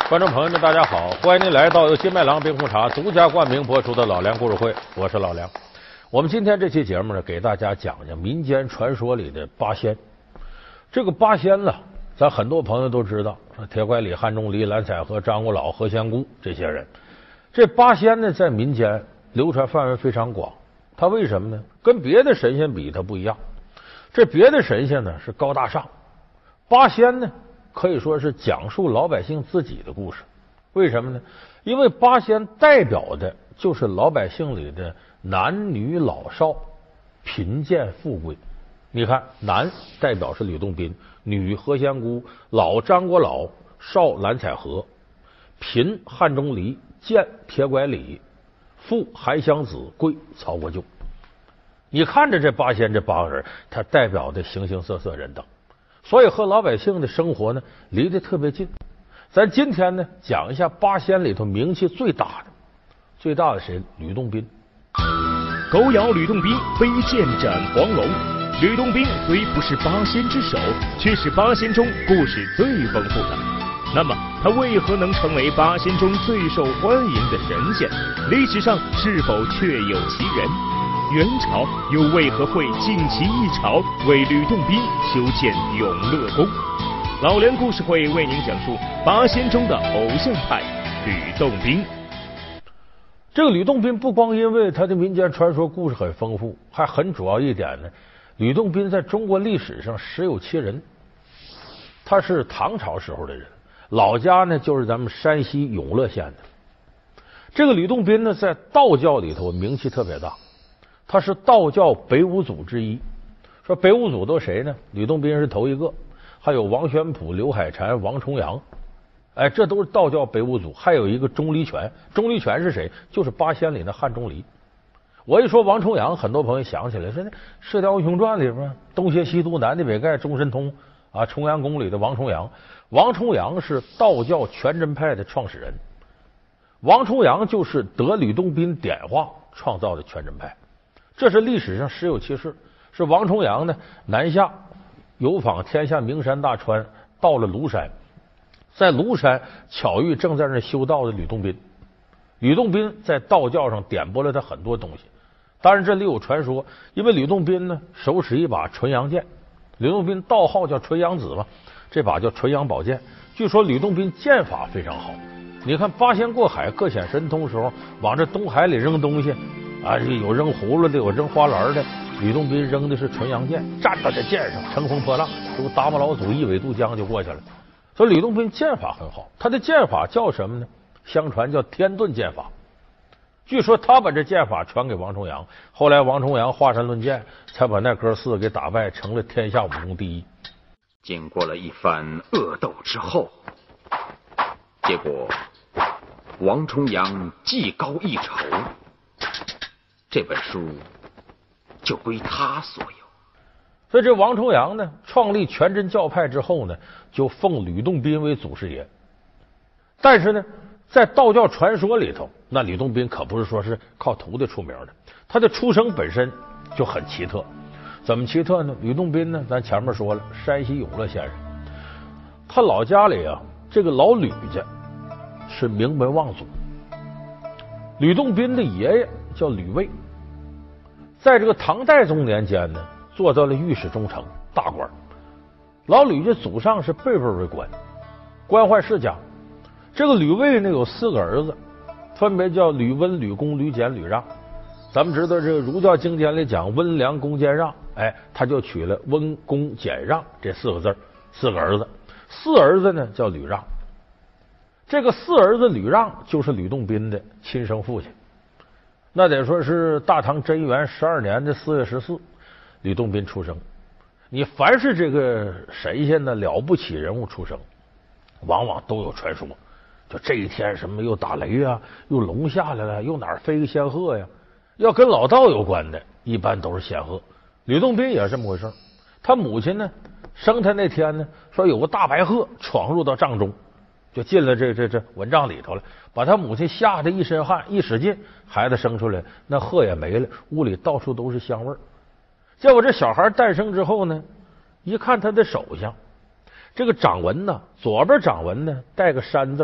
观众朋友们，大家好，欢迎您来到由金麦郎冰红茶独家冠名播出的老梁故事会，我是老梁。我们今天这期节目呢，给大家讲讲民间传说里的八仙。这个八仙呢，咱很多朋友都知道，说铁拐李、汉钟离、蓝采和、张果老、何仙姑这些人。这八仙呢，在民间流传范围非常广。它为什么呢？跟别的神仙比，它不一样。这别的神仙呢是高大上，八仙呢可以说是讲述老百姓自己的故事。为什么呢？因为八仙代表的就是老百姓里的男女老少、贫贱富贵。你看，男代表是吕洞宾，女何仙姑，老张果老，少蓝采和，贫汉钟离，贱铁拐李，富韩湘子，贵曹国舅。你看着这八仙这八个人，他代表的形形色色人等，所以和老百姓的生活呢离得特别近。咱今天呢讲一下八仙里头名气最大的谁？吕洞宾。 狗咬吕洞宾，飞剑斩黄龙。吕洞宾虽不是八仙之首，却是八仙中故事最丰富的。那么他为何能成为八仙中最受欢迎的神仙？历史上是否确有其人？元朝又为何会尽其一朝为吕洞宾修建永乐宫？老梁故事会为您讲述八仙中的偶像派吕洞宾。 这个吕洞宾不光因为他的民间传说故事很丰富，还很主要一点呢，吕洞宾在中国历史上实有其人。他是唐朝时候的人，老家呢就是咱们山西永乐县的。这个吕洞宾呢在道教里头名气特别大，他是道教北五祖之一。说北五祖都谁呢？吕洞宾是头一个，还有王玄圃、刘海禅、王重阳，哎，这都是道教北五祖。还有一个钟离权，钟离权是谁？就是八仙里的汉钟离。我一说王重阳，很多朋友想起来说那《射雕英雄传》里边东邪西毒南帝北丐钟神通啊，重阳宫里的王重阳。王重阳是道教全真派的创始人，王重阳就是得吕洞宾点化创造的全真派。这是历史上实有其事，是王重阳呢南下游访天下名山大川，到了庐山，在庐山巧遇正在那修道的吕洞宾。吕洞宾在道教上点拨了他很多东西，当然这里有传说，因为吕洞宾呢手使一把纯阳剑，吕洞宾道号叫纯阳子嘛，这把叫纯阳宝剑。据说吕洞宾剑法非常好，你看八仙过海各显神通时候，往这东海里扔东西啊，有扔葫芦的，有扔花篮的，吕洞宾扔的是纯阳剑，站到这剑上乘风破浪，如达摩老祖一苇渡江就过去了。所以吕洞宾剑法很好，他的剑法叫什么呢？相传叫天遁剑法。据说他把这剑法传给王重阳，后来王重阳华山论剑，才把那哥四个给打败，成了天下武功第一。 经过了一番恶斗之后，结果王重阳技高一筹，这本书就归他所有。 所以这王重阳呢，创立全真教派之后呢，就奉吕洞宾为祖师爷。但是呢，在道教传说里头，那吕洞宾可不是说是靠徒弟出名的，他的出生本身就很奇特。怎么奇特呢？吕洞宾呢，咱前面说了，山西永乐县人，他老家里啊，这个老吕家是名门望族。吕洞宾的爷爷叫吕卫，在这个唐代宗年间呢，做到了御史中丞大官。老吕家祖上是辈辈为官，官宦世家。这个吕卫呢有4个儿子，分别叫吕温、吕公、吕简、吕让。咱们知道这个儒教经典里讲温良恭俭让，哎，他就取了温公俭让这4个字，4个儿子，4儿子呢叫吕让。这个4儿子吕让就是吕洞宾的亲生父亲。那得说是大唐贞元12年的4月14，吕洞宾出生。你凡是这个神仙的了不起人物出生，往往都有传说，就这一天什么又打雷啊，又龙下来了，又哪儿飞个仙鹤呀，要跟老道有关的一般都是仙鹤。吕洞宾也是这么回事，他母亲呢生他那天呢，说有个大白鹤闯入到帐中，就进了这蚊帐里头了，把他母亲吓得一身汗，一使劲，孩子生出来，那鹤也没了，屋里到处都是香味儿。结果这小孩诞生之后呢，一看他的手上这个掌纹呢，左边掌纹呢带个山字，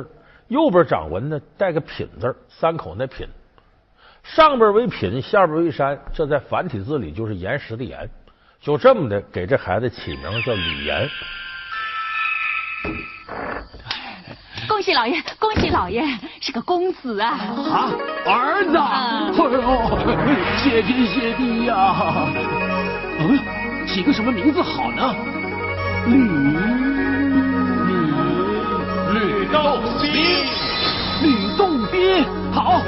右边掌纹呢带个品字，三口那品，上边为品，下边为山，这在繁体字里就是岩石的岩。就这么的给这孩子起名叫吕岩。 恭喜老爷，恭喜老爷，是个公子啊！ 啊，儿子！哎呦，谢天谢地呀！起个什么名字好呢？吕洞宾，吕洞宾，好。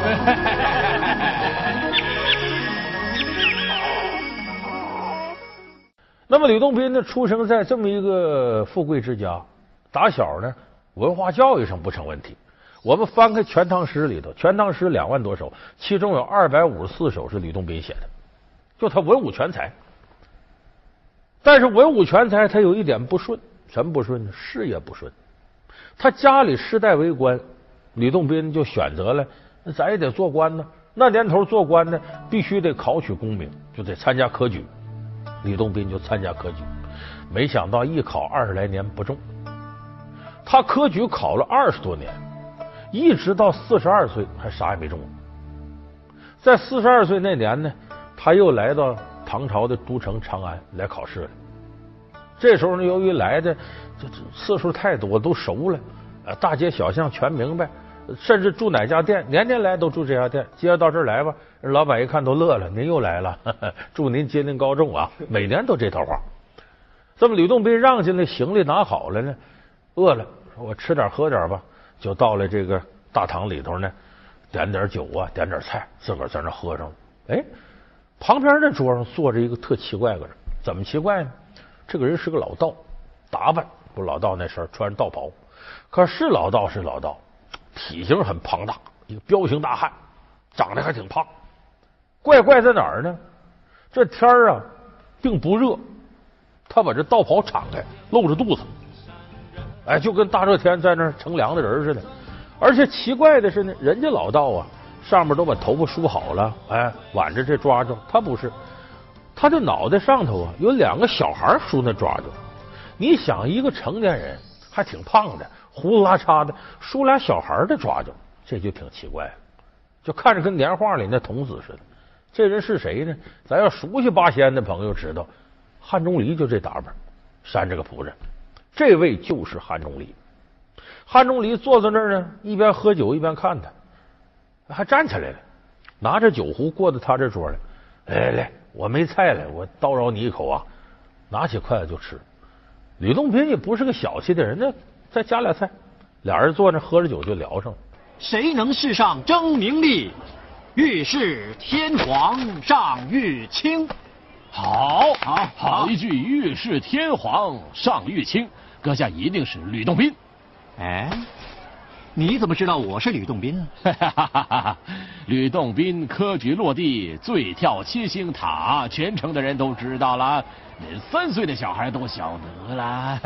那么吕洞宾呢，出生在这么一个富贵之家，打小呢文化教育上不成问题。我们翻开《全唐诗》里头，《全唐诗》2万多首，其中有254首是吕洞宾写的，就他文武全才。但是文武全才他有一点不顺，什么不顺呢？事业不顺。他家里世代为官，吕洞宾就选择了，那咱也得做官呢。那年头做官呢，必须得考取功名，就得参加科举。吕洞宾就参加科举，没想到一考20来年不中。他科举考了20多年，一直到42岁还啥也没中。在42岁那年呢，他又来到唐朝的都城长安来考试了。这时候呢，由于来的这次数太多，都熟了，大街小巷全明白，甚至住哪家店，年年来都住这家店。接着到这儿来吧，老板一看都乐了，您又来了，呵呵，祝您接您高中啊！每年都这套话。这么吕洞宾让进来，行李拿好了呢，饿了，说我吃点喝点吧，就到了这个大堂里头呢，点点酒啊，点点菜，自个儿在那喝上了。哎，旁边那桌上坐着一个特奇怪的人，怎么奇怪呢？这个人是个老道，打扮不老道那身，穿着道袍，可是老道是老道，体型很庞大，一个彪形大汉，长得还挺胖。怪在哪儿呢？这天儿啊并不热，他把这道袍敞开，露着肚子，哎，就跟大热天在那儿乘凉的人似的。而且奇怪的是呢，人家老道啊，上面都把头发梳好了，哎，挽着这抓着，他不是，他的脑袋上头啊有2个小孩梳那抓着。你想，一个成年人还挺胖的，胡子拉碴的，梳俩小孩的抓着，这就挺奇怪了，就看着跟年画里那童子似的。这人是谁呢？咱要熟悉八仙的朋友知道，汉钟离就这打扮，扇着个仆人。这位就是汉钟离。汉钟离坐在那儿呢，一边喝酒一边看他，还站起来了，拿着酒壶过到他这桌来，来，我没菜了，我叨扰你一口啊！拿起筷子就吃。吕洞宾也不是个小气的人，那再加俩菜，俩人坐那喝着酒就聊上了。 谁能世上争名利？欲是天皇上玉清。好一句欲是天皇上玉清，阁下一定是吕洞宾。哎，你怎么知道我是吕洞宾啊？吕洞宾科举落地，醉跳7星塔，全城的人都知道了，连3岁的小孩都晓得了。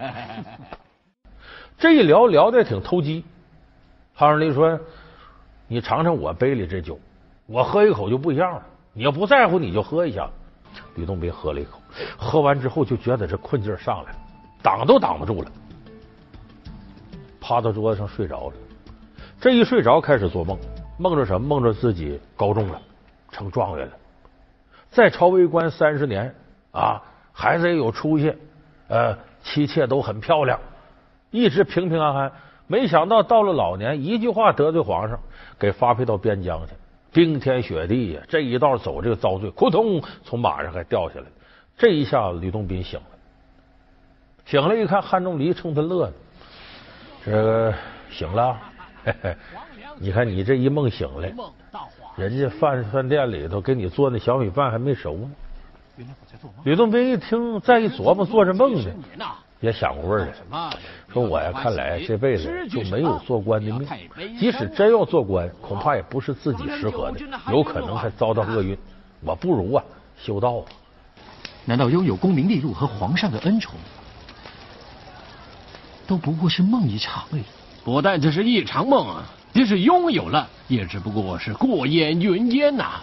这一聊得挺投机。汉钟离说：“你尝尝我杯里这酒，我喝一口就不一样了。你要不在乎，你就喝一下。”吕洞宾喝了一口，喝完之后就觉得这困劲上来了，挡都挡不住了，趴到桌子上睡着了。这一睡着，开始做梦，梦着什么？梦着自己高中了，成状元了，在朝为官30年啊，孩子也有出息，妻妾都很漂亮，一直平平安安。没想到到了老年，一句话得罪皇上，给发配到边疆去，冰天雪地呀，这一道走这个遭罪，扑通从马上还掉下来。这一下吕洞宾醒了，醒了一看汉钟离冲他乐呢，这个醒了，嘿嘿，你看你这一梦醒来，人家饭店里头给你做那小米饭还没熟呢。吕洞宾一听，再一琢磨，做着梦呢，也想过味儿了，说我呀，看来这辈子就没有做官的命，即使真要做官，恐怕也不是自己适合的，有可能还遭到厄运。我不如啊修道啊。 难道拥有功名利禄和皇上的恩宠，都不过是梦一场而已？不但只是一场梦啊，即使拥有了，也只不过是过眼云烟呐。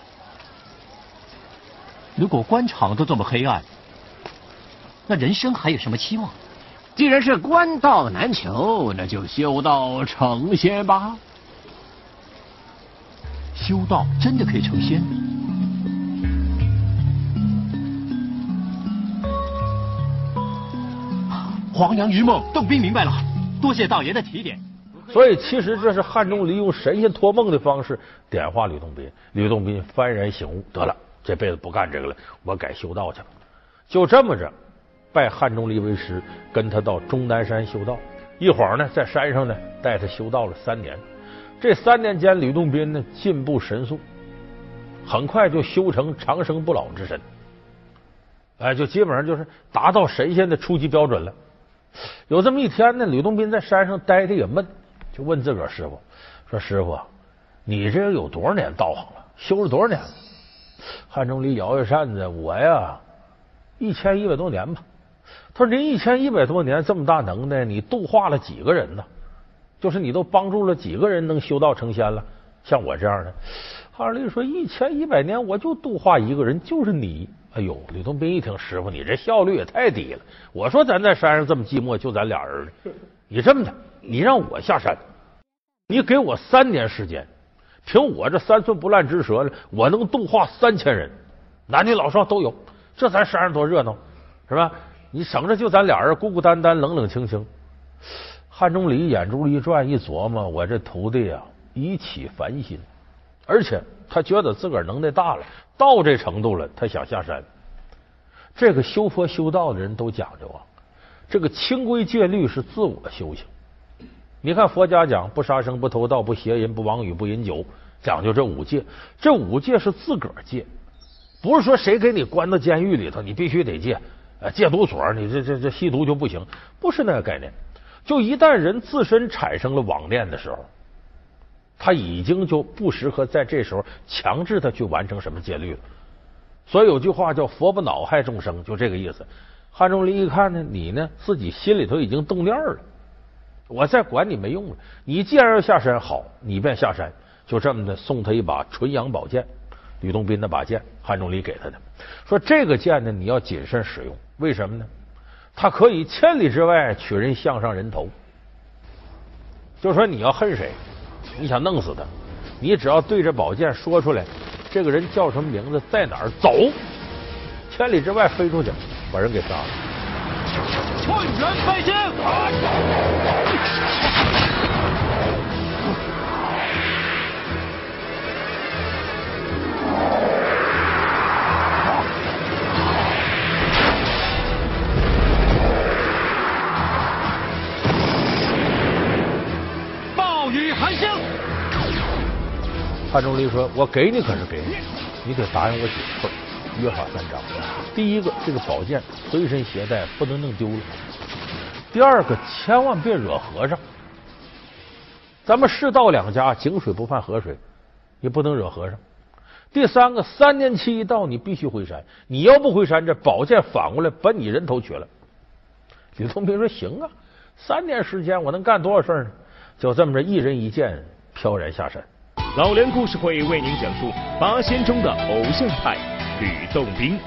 如果官场都这么黑暗，那人生还有什么期望？ 既然是官道难求，那就修道成仙吧。 修道真的可以成仙？黄杨于梦， 洞宾明白了，多谢道爷的提点。 所以其实这是汉钟离用神仙托梦的方式点化吕洞宾。吕洞宾幡然醒悟，得了，这辈子不干这个了，我改修道去了。就这么着，拜汉钟离为师，跟他到终南山修道。一晃呢，在山上呢带他修道了3年。这3年间，吕洞宾呢进步神速，很快就修成长生不老之身。就基本上就是达到神仙的初级标准了。有这么一天呢，吕洞宾在山上待的也闷，就问自个儿师傅说：“师傅，你这有多少年道行了？修了多少年了？”汉钟离摇摇扇子：“我呀，1100多年吧。”他说：“您1100多年这么大能耐，你度化了几个人呢？就是你都帮助了几个人能修道成仙了？像我这样的。”汉钟离说：“1100年我就度化一个人，就是你。”哎呦，吕洞宾一听，师傅你这效率也太低了。我说咱在山上这么寂寞，就咱俩人了。你这么的，你让我下山，你给我3年时间，凭我这3寸不烂之舌，我能度化3000人，男女老少都有。这咱山上多热闹，是吧？你省着就咱俩人孤孤单单、冷冷清清。汉钟离眼珠一转，一琢磨，我这徒弟啊，已起烦心，而且他觉得自个儿能耐大了，到这程度了，他想下山。这个修佛修道的人都讲究啊，这个清规戒律是自我修行。你看佛家讲不杀生、不偷盗、不邪淫、不妄语、不饮酒，讲究这5戒。这5戒是自个儿戒，不是说谁给你关到监狱里头，你必须得戒。戒毒所，你这吸毒就不行，不是那个概念。就一旦人自身产生了妄念的时候，他已经就不适合在这时候强制他去完成什么戒律了。所以有句话叫佛不恼害众生，就这个意思。汉钟离一看呢，你呢自己心里头已经动念了，我再管你没用了。你既然要下山，好，你便下山。就这么的送他一把纯阳宝剑，吕洞宾那把剑，汉钟离给他的，说这个剑呢你要谨慎使用。为什么呢？它可以千里之外取人项上人头。就说你要恨谁，你想弄死他，你只要对着宝剑说出来，这个人叫什么名字，在哪儿走，千里之外飞出去，把人给杀了。 万人飞行。暴雨寒星。 汉钟离说：“我给你可是给你，你得答应我几个事儿，约法3章。第一个，这个宝剑随身携带，不能弄丢了；第二个，千万别惹和尚。咱们世道2家，井水不犯河水，你不能惹和尚。第三个，3年期一到，你必须回山。你要不回山，这宝剑反过来把你人头取了。”吕洞宾说：“行啊，3年时间，我能干多少事呢？”就这么着，一人一剑，飘然下山。 老梁故事会为您讲述8仙中的偶像派吕洞宾。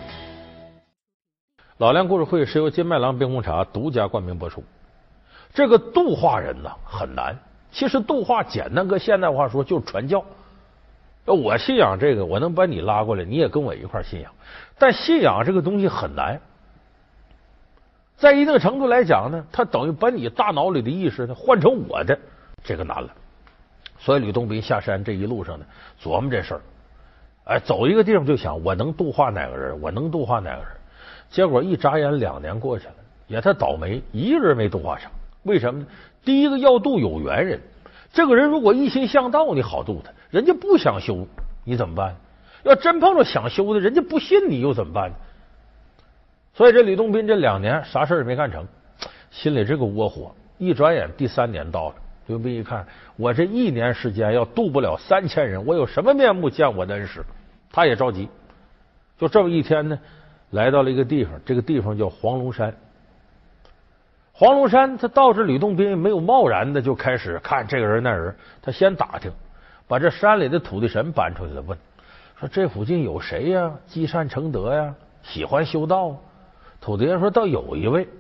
老梁故事会是由金麦郎冰红茶独家冠名播出。这个度化人呢很难，其实度化简单，搁现代话说就是传教。我信仰这个，我能把你拉过来，你也跟我一块信仰。但信仰这个东西很难，在一定程度来讲呢，它等于把你大脑里的意识呢换成我的，这个难了。所以吕洞宾下山这一路上呢，琢磨这事儿，走一个地方就想我能度化哪个人，我能度化哪个人。结果一眨眼2年过去了，也他倒霉，一个人没度化上。为什么呢？第一个要度有缘人，这个人如果一心向道，你好度他；人家不想修，你怎么办？要真碰着想修的，人家不信你又怎么办呢？所以这吕洞宾这2年啥事也没干成，心里这个窝火。一转眼第3年到了，吕洞宾一看，我这1年时间要渡不了3000人，我有什么面目见我的恩师？他也着急。就这么一天呢，来到了一个地方，这个地方叫黄龙山。黄龙山他到这吕洞宾没有贸然的就开始看这个人那人，他先打听，把这山里的土地神搬出来了，问说这附近有谁呀？积善成德呀，喜欢修道。土地神说倒有一位，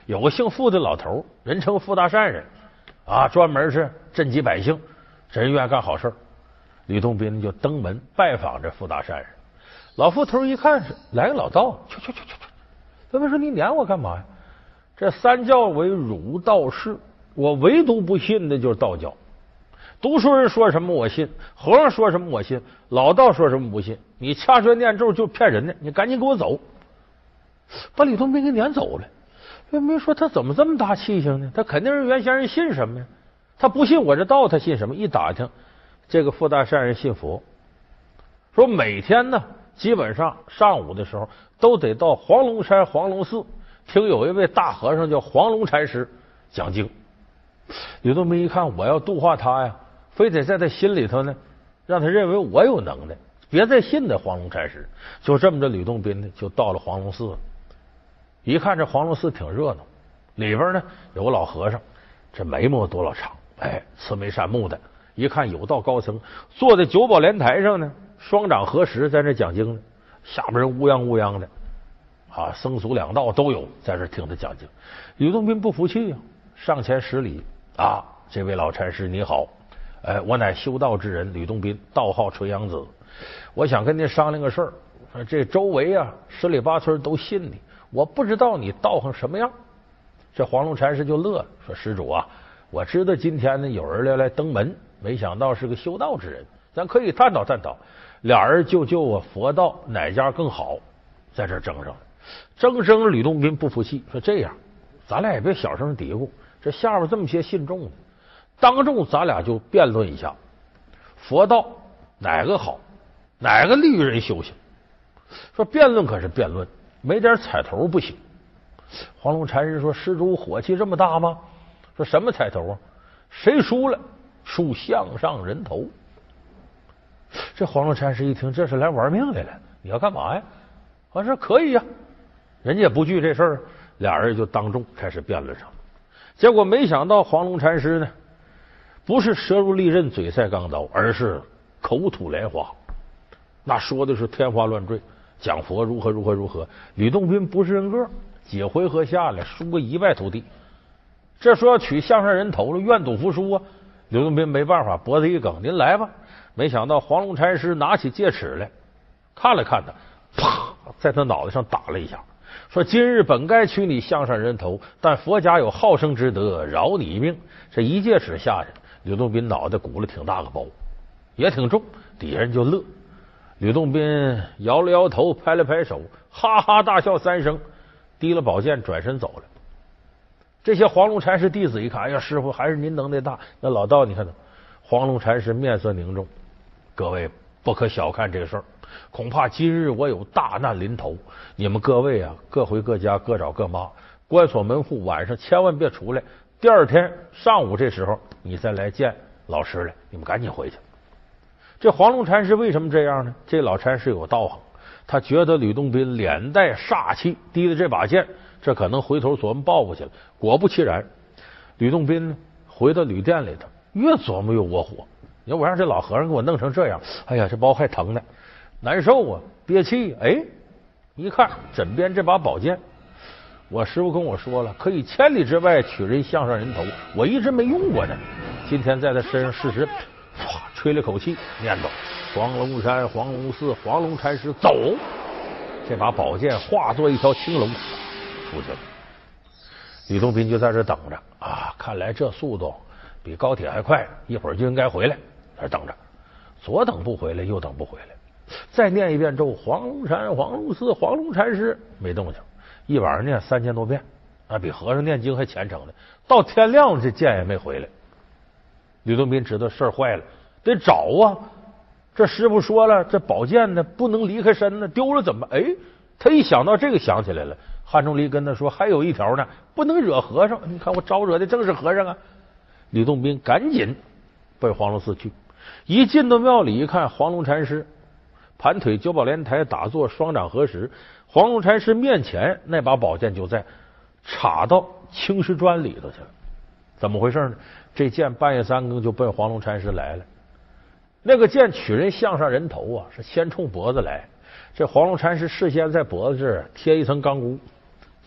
有个姓傅的老头，人称傅大善人啊，专门是赈济百姓，真愿干好事。吕洞宾就登门拜访这傅大善人。老傅头一看是来个老道，去，他们说你撵我干嘛呀？这三教为儒道释，我唯独不信的就是道教。读书人说什么我信，和尚说什么我信，老道说什么不信。你掐诀念咒就骗人的，你赶紧给我走！把吕洞宾给撵走了。为什么说他怎么这么大气性呢？他肯定是原先人信什么呀？他不信我这道，他信什么？一打听，这个傅大善人信佛，说每天呢，基本上上午的时候都得到黄龙山黄龙寺听有一位大和尚叫黄龙禅师讲经。吕洞宾一看，我要度化他呀，非得在他心里头呢，让他认为我有能耐，别再信的黄龙禅师。就这么着，吕洞宾呢就到了黄龙寺。一看这黄龙寺挺热闹，里边呢有个老和尚，这眉毛多老长，慈眉善目的，一看有道高僧，坐在九宝莲台上呢，双掌合十在这讲经呢，下边人乌泱乌泱的啊，僧俗两道都有在这听他讲经。吕洞宾不服气呀，上前施礼啊，这位老禅师你好，我乃修道之人吕洞宾，道号垂杨子，我想跟您商量个事儿。这周围啊十里八村都信你，我不知道你道行什么样。这黄龙禅师就乐了，说施主啊，我知道今天呢有人要来登门，没想到是个修道之人，咱可以探讨探讨，俩人就佛道哪家更好，在这争上了。争吕洞宾不服气，说这样咱俩也别小声嘀咕，这下边这么些信众呢，当众咱俩就辩论一下，佛道哪个好，哪个利于人修行。说辩论可是辩论，没点彩头不行。黄龙禅师说，施主火气这么大吗？说什么彩头啊？谁输了输项上人头。这黄龙禅师一听，这是来玩命来了，你要干嘛呀？我说可以呀，人家也不惧这事儿，俩人就当众开始辩论上了。结果没想到黄龙禅师呢，不是舌如利刃嘴赛钢刀，而是口吐莲花，那说的是天花乱坠，讲佛如何。吕洞宾不是人个，几回合下来输个一败涂地。这说要取项上人头了，愿赌服输啊！吕洞宾没办法，脖子一梗，您来吧。没想到黄龙禅师拿起戒尺来，看了看他，啪，在他脑袋上打了一下，说今日本该取你项上人头，但佛家有好生之德，饶你一命。这一戒尺下去，吕洞宾脑袋鼓了挺大个包，也挺重，底下人就乐。吕洞宾摇了摇头，拍了拍手，哈哈大笑3声，提了宝剑转身走了。这些黄龙禅师弟子一看，哎呀，师傅还是您能耐大。那老道你看到黄龙禅师面色凝重，各位不可小看这个事儿，恐怕今日我有大难临头，你们各位啊，各回各家，各找各妈，关锁门户，晚上千万别出来。第二天上午这时候你再来见老师来，你们赶紧回去。这黄龙禅师为什么这样呢？这老禅师有道行，他觉得吕洞宾脸带煞气，提了这把剑，这可能回头琢磨报复去了。果不其然，吕洞宾呢回到旅店里头，越琢磨越窝火。你说我让这老和尚给我弄成这样，哎呀，这包还疼呢，难受啊，憋气。一看枕边这把宝剑，我师傅跟我说了，可以千里之外取人项上人头，我一直没用过呢。今天在他身上试试，吹了口气，念叨黄龙山黄龙寺黄龙禅师走。这把宝剑化作一条青龙出去了。吕洞宾就在这等着啊，看来这速度比高铁还快，一会儿就应该回来，在这等着。左等不回来，右等不回来，再念一遍咒，黄龙山黄龙寺黄龙禅师，没动静。一晚上念3000多遍，啊，比和尚念经还虔诚呢。到天亮这剑也没回来。吕洞宾知道事儿坏了，得找啊。这师傅说了，这宝剑呢不能离开身呢，丢了怎么？他一想到这个想起来了。汉钟离跟他说还有一条呢，不能惹和尚。你看我招惹的正是和尚啊。吕洞宾赶紧奔黄龙寺去，一进到庙里一看，黄龙禅师盘腿九宝莲台打坐，双掌合十。黄龙禅师面前那把宝剑就在，插到青石砖里头去了。怎么回事呢？这剑半夜3更就奔黄龙禅师来了。那个剑取人项上人头啊，是先冲脖子来。这黄龙禅师事先在脖子这儿贴一层钢箍，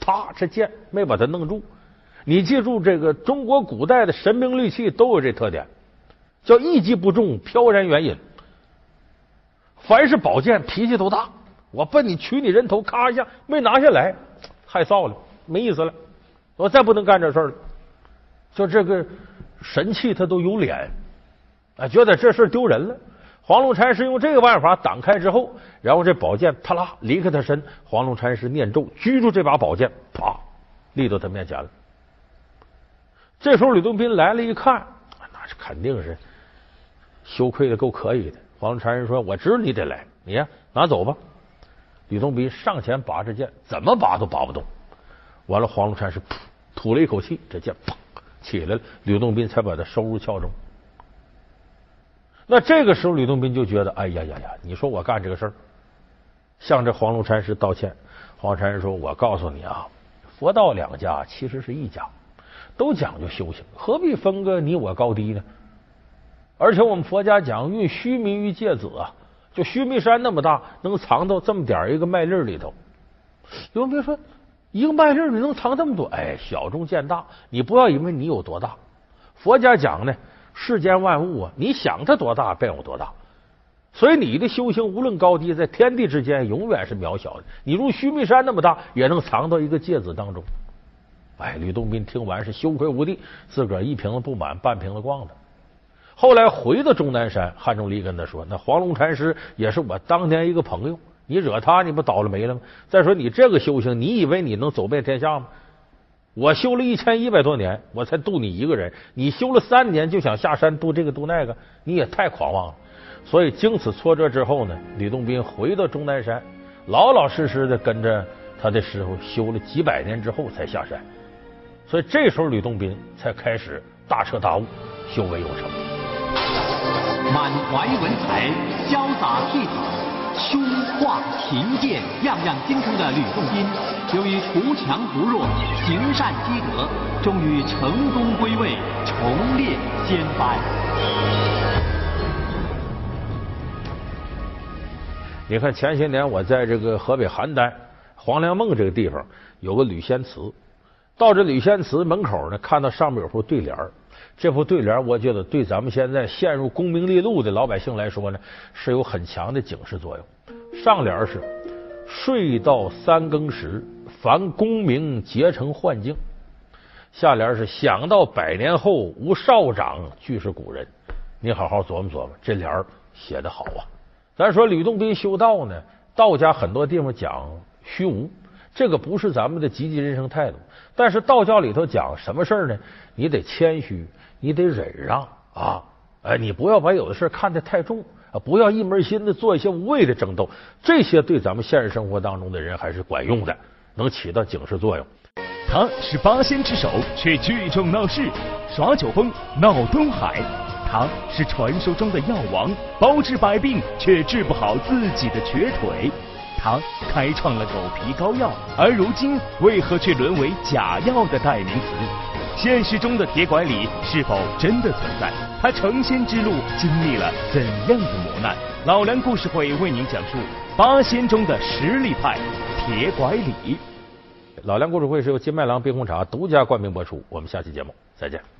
啪，这剑没把他弄住。你记住，这个中国古代的神兵利器都有这特点，叫一击不中，飘然远引。凡是宝剑脾气都大，我奔你取你人头，咔一下没拿下来，害臊了，没意思了，我再不能干这事了。就这个神器他都有脸，觉得这事丢人了。黄龙禅师用这个办法挡开之后，然后这宝剑啪啦离开他身，黄龙禅师念咒拘住这把宝剑，啪立到他面前了。这时候吕洞宾来了一看，那是肯定是羞愧的够可以的。黄龙禅师说：“我知道你得来，你呀拿走吧。”吕洞宾上前拔这剑，怎么拔都拔不动。完了，黄龙禅师噗吐了一口气，这剑砰起来了，吕洞宾才把他收入鞘中。那这个时候，吕洞宾就觉得，哎呀呀呀，你说我干这个事儿，向这黄龙禅师道歉。黄龙禅师说：“我告诉你啊，佛道两家其实是一家，都讲究修行，何必分个你我高低呢？而且我们佛家讲运须弥于芥子啊，就须弥山那么大，能藏到这么点一个麦粒里头。吕洞宾说，一个麦粒你能藏这么多？哎，小中见大，你不要以为你有多大。佛家讲呢，世间万物啊，你想它多大便有多大。所以你的修行无论高低，在天地之间永远是渺小的。你如须弥山那么大，也能藏到一个芥子当中。哎，吕洞宾听完是羞愧无地，自个儿一瓶子不满，半瓶子逛的。后来回到终南山，汉钟离跟他说：“那黄龙禅师也是我当年一个朋友，你惹他，你不倒了霉了吗？再说你这个修行，你以为你能走遍天下吗？我修了1100多年，我才渡你一个人，你修了3年就想下山渡这个渡那个，你也太狂妄了。”所以经此挫折之后呢，吕洞宾回到终南山，老老实实的跟着他的师傅修了几百年之后才下山。所以这时候吕洞宾才开始大彻大悟，修为有成。 满怀文采，潇洒倜傥，书画琴剑样样精通的吕洞宾，由于图强不弱，行善积德，终于成功归位，重列仙班。 你看前些年我在这个河北邯郸黄粱梦这个地方有个吕仙祠，到这吕仙祠门口呢，看到上面有副对联，这副对联我觉得对咱们现在陷入功名利禄的老百姓来说呢，是有很强的警示作用。上联是睡到3更时，凡功名结成幻境，下联是想到100年后，无少长俱是古人。你好好琢磨琢磨，这联写得好啊。咱说吕洞宾修道呢，道家很多地方讲虚无，这个不是咱们的积极人生态度。但是道教里头讲什么事儿呢？你得谦虚，你得忍让啊！你不要把有的事看得太重啊，不要一门心的做一些无谓的争斗，这些对咱们现实生活当中的人还是管用的，能起到警示作用。 他是8仙之首，却聚众闹事，耍酒疯，闹东海。他是传说中的药王，包治百病，却治不好自己的瘸腿。他开创了狗皮膏药，而如今为何却沦为假药的代名词？现实中的铁拐李是否真的存在？他成仙之路经历了怎样的磨难？老梁故事会为您讲述8仙中的实力派铁拐李。 老梁故事会是由金麦郎冰红茶独家冠名播出，我们下期节目再见。